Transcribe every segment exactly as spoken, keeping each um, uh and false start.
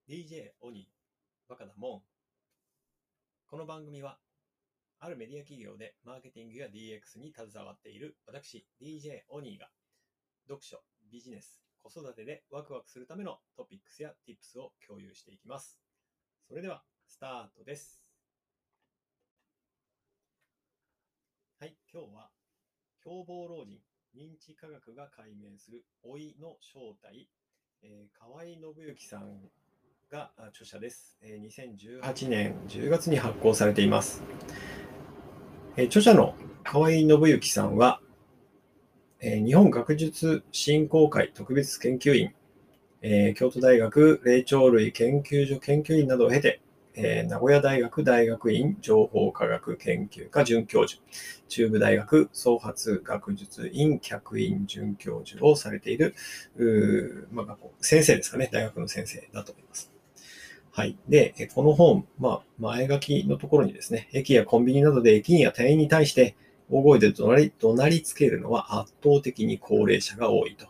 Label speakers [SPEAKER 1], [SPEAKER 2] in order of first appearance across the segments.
[SPEAKER 1] ディージェー オニーバカだもん。この番組はあるメディア企業でマーケティングや ディーエックス に携わっている私 ディージェー オニーが読書、ビジネス、子育てでワクワクするためのトピックスや Tips を共有していきます。それではスタートです。はい、今日は凶暴老人、認知科学が解明する老いの正体、えー、河合信之さんが著者です。にせんじゅうはちねんじゅうがつに発行されています。著者の河合信之さんは、日本学術振興会特別研究員、京都大学霊長類研究所研究員などを経て、名古屋大学大学院情報科学研究科准教授、中部大学創発学術院客員准教授をされている、まあ、先生ですかね、大学の先生だと思います。はい。で、この本、まあ、前書きのところにですね、駅やコンビニなどで駅員や店員に対して大声で怒鳴り、怒鳴りつけるのは圧倒的に高齢者が多いと。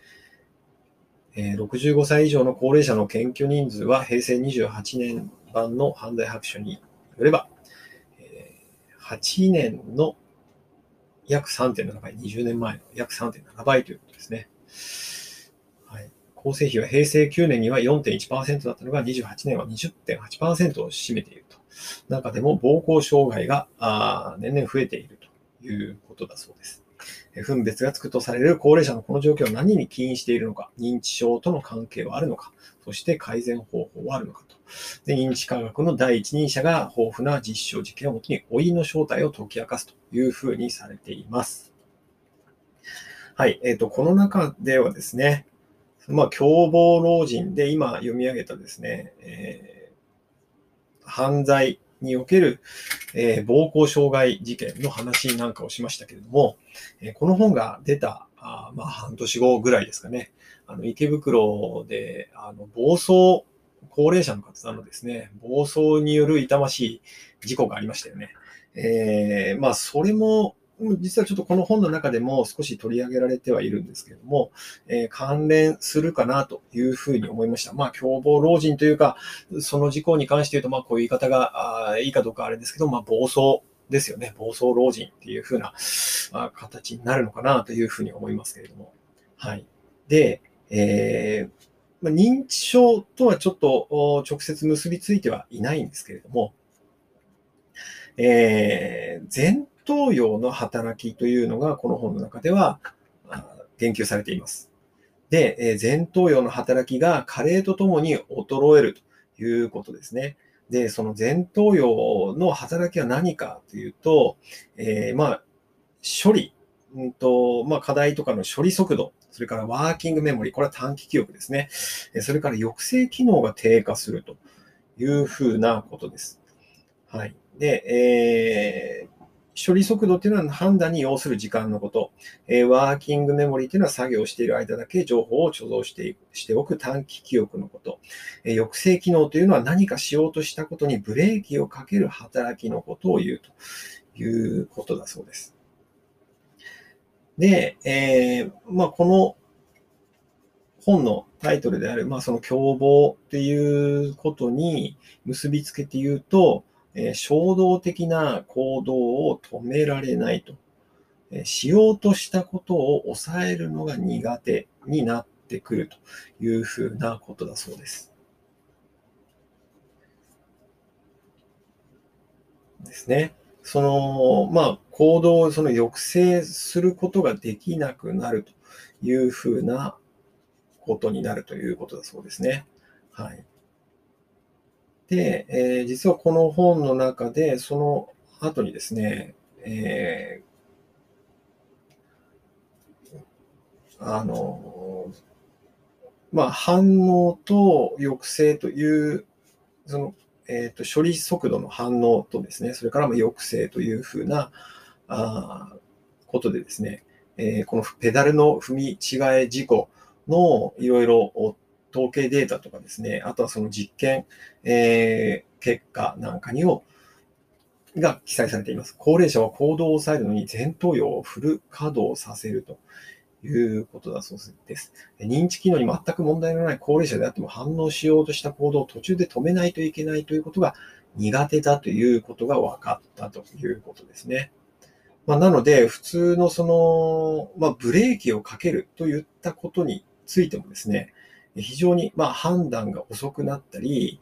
[SPEAKER 1] ろくじゅうごさい以上の高齢者の検挙人数は平成にじゅうはちねん版の犯罪白書によれば、はちねんの約 さんてんなな 倍、にじゅうねんまえの約 さんてんなな 倍ということですね。はい。構成比は平成きゅうねんには よんてんいちパーセント だったのがにじゅうはちねんは にじゅってんはちパーセント を占めていると。中でも暴行障害が年々増えているということだそうです。分別がつくとされる高齢者のこの状況は何に起因しているのか、認知症との関係はあるのか、そして改善方法はあるのかと。で、認知科学の第一人者が豊富な実証実験をもとに老いの正体を解き明かすというふうにされています。はい、えーと、この中ではですね、まあ、凶暴老人で今読み上げたですね、えー、犯罪における、えー、暴行傷害事件の話なんかをしましたけれども、えー、この本が出たあ、まあ、半年後ぐらいですかね、あの池袋であの暴走、高齢者の方のですね、暴走による痛ましい事故がありましたよね。えー、まあ、それも実はちょっとこの本の中でも少し取り上げられてはいるんですけれども、えー、関連するかなというふうに思いました。まあ、凶暴老人というか、その事故に関して言うと、まあ、こういう言い方があいいかどうかあれですけど、まあ、暴走ですよね。暴走老人っていうふうなあ形になるのかなというふうに思いますけれども。はい。で、えーまあ、認知症とはちょっと直接結びついてはいないんですけれども、えー、前頭葉の働きというのがこの本の中では言及されています。で、前頭葉の働きが加齢とともに衰えるということですね。で、その前頭葉の働きは何かというと、えー、まあ、処理、うんとまあ、課題とかの処理速度、それからワーキングメモリー、これは短期記憶ですね。それから抑制機能が低下するというふうなことです。はい。で、えー、処理速度っていうのは判断に要する時間のこと。えー、ワーキングメモリーっていうのは作業している間だけ情報を貯蔵してしておく短期記憶のこと。えー、抑制機能というのは何かしようとしたことにブレーキをかける働きのことを言うということだそうです。で、えー、まあ、この本のタイトルである、まあ、その凶暴っていうことに結びつけて言うと、えー、衝動的な行動を止められないと、えー。しようとしたことを抑えるのが苦手になってくるというふうなことだそうです。ですね。その、まあ、行動をその抑制することができなくなるというふうなことになるということだそうですね。はい。で、えー、実はこの本の中で、その後にですね、えー、あの、まあ、反応と抑制という、その、えっと、処理速度の反応とですね、それから抑制というふうなあことでですね、えー、このペダルの踏み違え事故のいろいろ統計データとかですね、あとはその実験、えー、結果なんかにをが記載されています。高齢者は行動を抑えるのに前頭葉をフル稼働させるということだそうです。認知機能に全く問題のない高齢者であっても反応しようとした行動を途中で止めないといけないということが苦手だということが分かったということですね。まあ、なので、普通のその、まあ、ブレーキをかけるといったことについてもですね、非常にまあ判断が遅くなったり、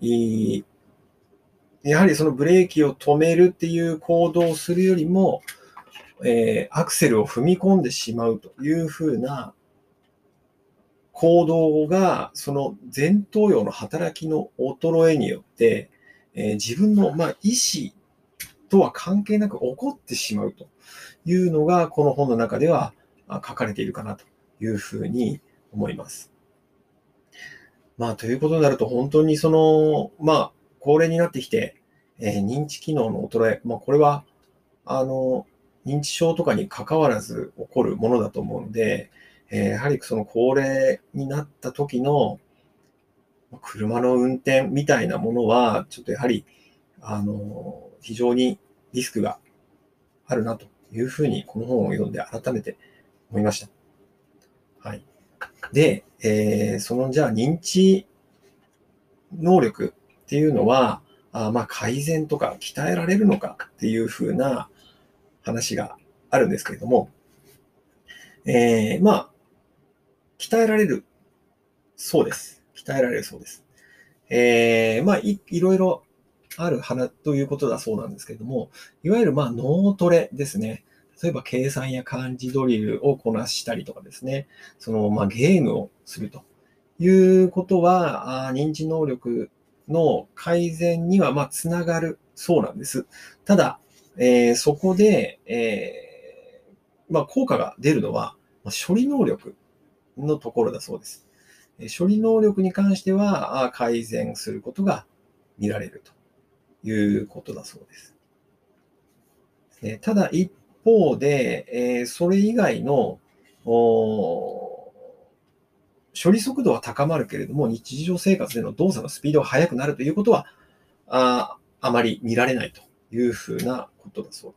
[SPEAKER 1] やはりそのブレーキを止めるっていう行動をするよりも、えー、アクセルを踏み込んでしまうというふうな行動が、その前頭葉の働きの衰えによって、えー、自分のまあ意思とは関係なく起こってしまうというのが、この本の中では書かれているかなというふうに思います。まあ、ということになると、本当にその、まあ、高齢になってきて、えー、認知機能の衰え、まあ、これは、あの、認知症とかに関わらず起こるものだと思うので、えー、やはりその高齢になった時の車の運転みたいなものは、ちょっとやはり、あの、非常にリスクがあるなというふうに、この本を読んで改めて思いました。はい。で、えー、その、じゃあ認知能力っていうのは、あまあ改善とか鍛えられるのかっていうふうな話があるんですけれども、えー、まあ、鍛えられるそうです。鍛えられるそうです。えー、まあい、いろいろある花ということだそうなんですけれども、いわゆるまあ脳トレですね。例えば計算や漢字ドリルをこなしたりとかですね、そのまあゲームをするということは、あ認知能力の改善にはまあつながるそうなんです。ただ、えー、そこで、えーまあ、効果が出るのは、まあ、処理能力のところだそうです。処理能力に関しては改善することが見られるということだそうです。ただ一方で、それ以外の処理速度は高まるけれども、日常生活での動作のスピードが速くなるということは、ああまり見られないというふうなことだそうです。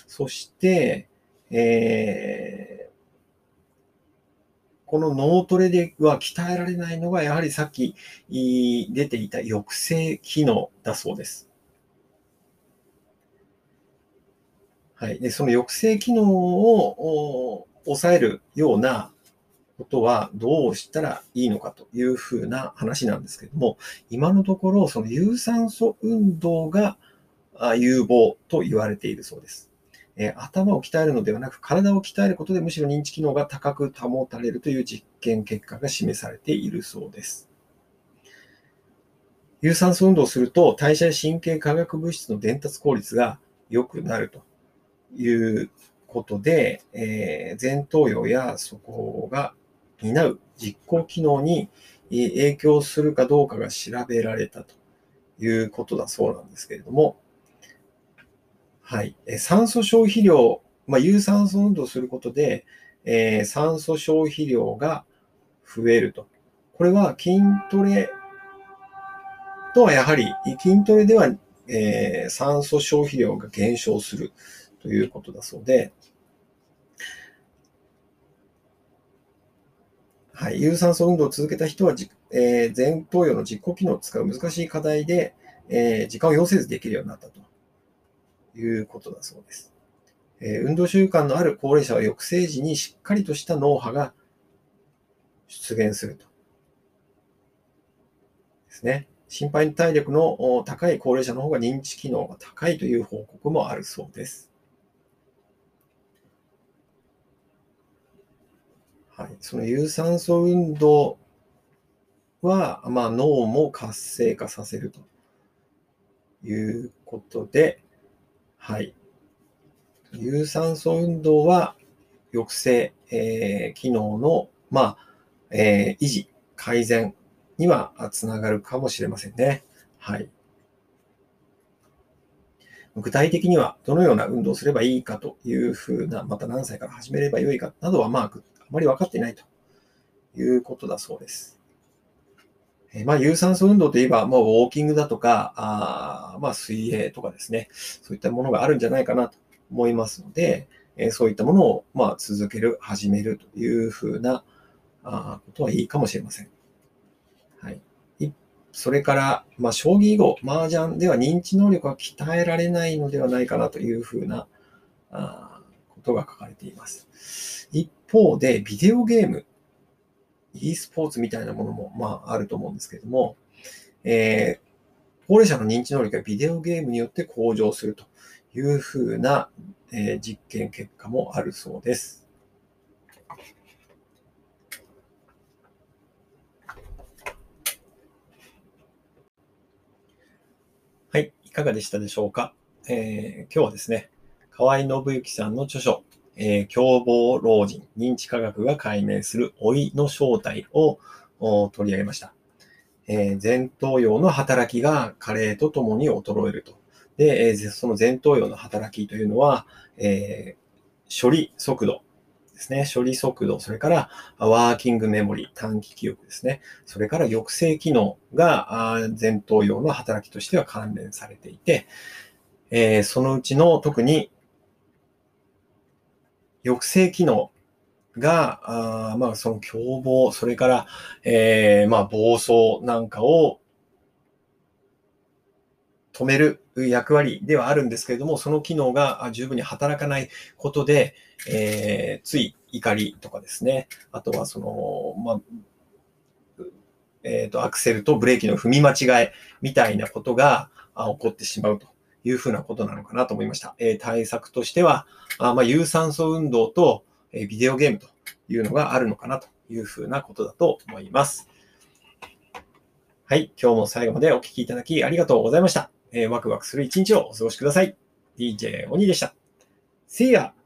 [SPEAKER 1] そして、えーこの脳トレでは鍛えられないのが、やはりさっき出ていた抑制機能だそうです。はい。で、その抑制機能を抑えるようなことはどうしたらいいのかというふうな話なんですけれども、今のところ、その有酸素運動が有望と言われているそうです。えー、頭を鍛えるのではなく、体を鍛えることでむしろ認知機能が高く保たれるという実験結果が示されているそうです。有酸素運動をすると、代謝や神経化学物質の伝達効率が良くなるということで、えー、前頭葉やそこが担う実行機能に影響するかどうかが調べられたということだそうなんですけれども、はい。酸素消費量、まあ、有酸素運動をすることで、えー、酸素消費量が増えると。これは筋トレとはやはり、筋トレでは、えー、酸素消費量が減少するということだそうで、はい、有酸素運動を続けた人は、えー、前頭葉の実行機能を使う難しい課題で、えー、時間を要せずできるようになったということだそうです。えー、運動習慣のある高齢者は抑制時にしっかりとした脳波が出現すると。ですね。心肺体力の高い高齢者の方が認知機能が高いという報告もあるそうです。はい、その有酸素運動は、まあ、脳も活性化させるということで、はい、有酸素運動は抑制、えー、機能の、まあえー、維持、改善にはつながるかもしれませんね。はい。具体的にはどのような運動をすればいいかというふうな、また何歳から始めればよいかなどは、まあ、あまり分かっていないということだそうです。えまあ、有酸素運動といえば、まあ、ウォーキングだとか、あまあ、水泳とかですね、そういったものがあるんじゃないかなと思いますので、 えー、そういったものを、まあ、続ける、始めるというふうなあことはいいかもしれません。はい。それから、まあ、将棋囲碁、麻雀では認知能力が鍛えられないのではないかなというふうなあことが書かれています。一方で、ビデオゲーム、e スポーツみたいなものも、まあ、あると思うんですけれども、えー高齢者の認知能力がビデオゲームによって向上するというふうな、えー実験結果もあるそうです。はい、いかがでしたでしょうか。えー今日はですね、河合信之さんの著書、えー凶暴老人、認知科学が解明する老いの正体を取り上げました。えー前頭葉の働きが加齢とともに衰えると。で、えーその前頭葉の働きというのは、えー処理速度ですね。処理速度、それからワーキングメモリ、短期記憶ですね。それから抑制機能があー前頭葉の働きとしては関連されていて、えーそのうちの特に抑制機能が、あーまあその凶暴、それから、えーまあ暴走なんかを止める役割ではあるんですけれども、その機能が十分に働かないことで、えーつい怒りとかですね、あとはその、まあ、えっと、アクセルとブレーキの踏み間違えみたいなことがあ起こってしまうというふうなことなのかなと思いました。えー対策としては、あまあ、有酸素運動と、えービデオゲームというのがあるのかなというふうなことだと思います。はい、今日も最後までお聞きいただきありがとうございました。えーワクワクする一日をお過ごしください。ディージェー 鬼でした。See ya!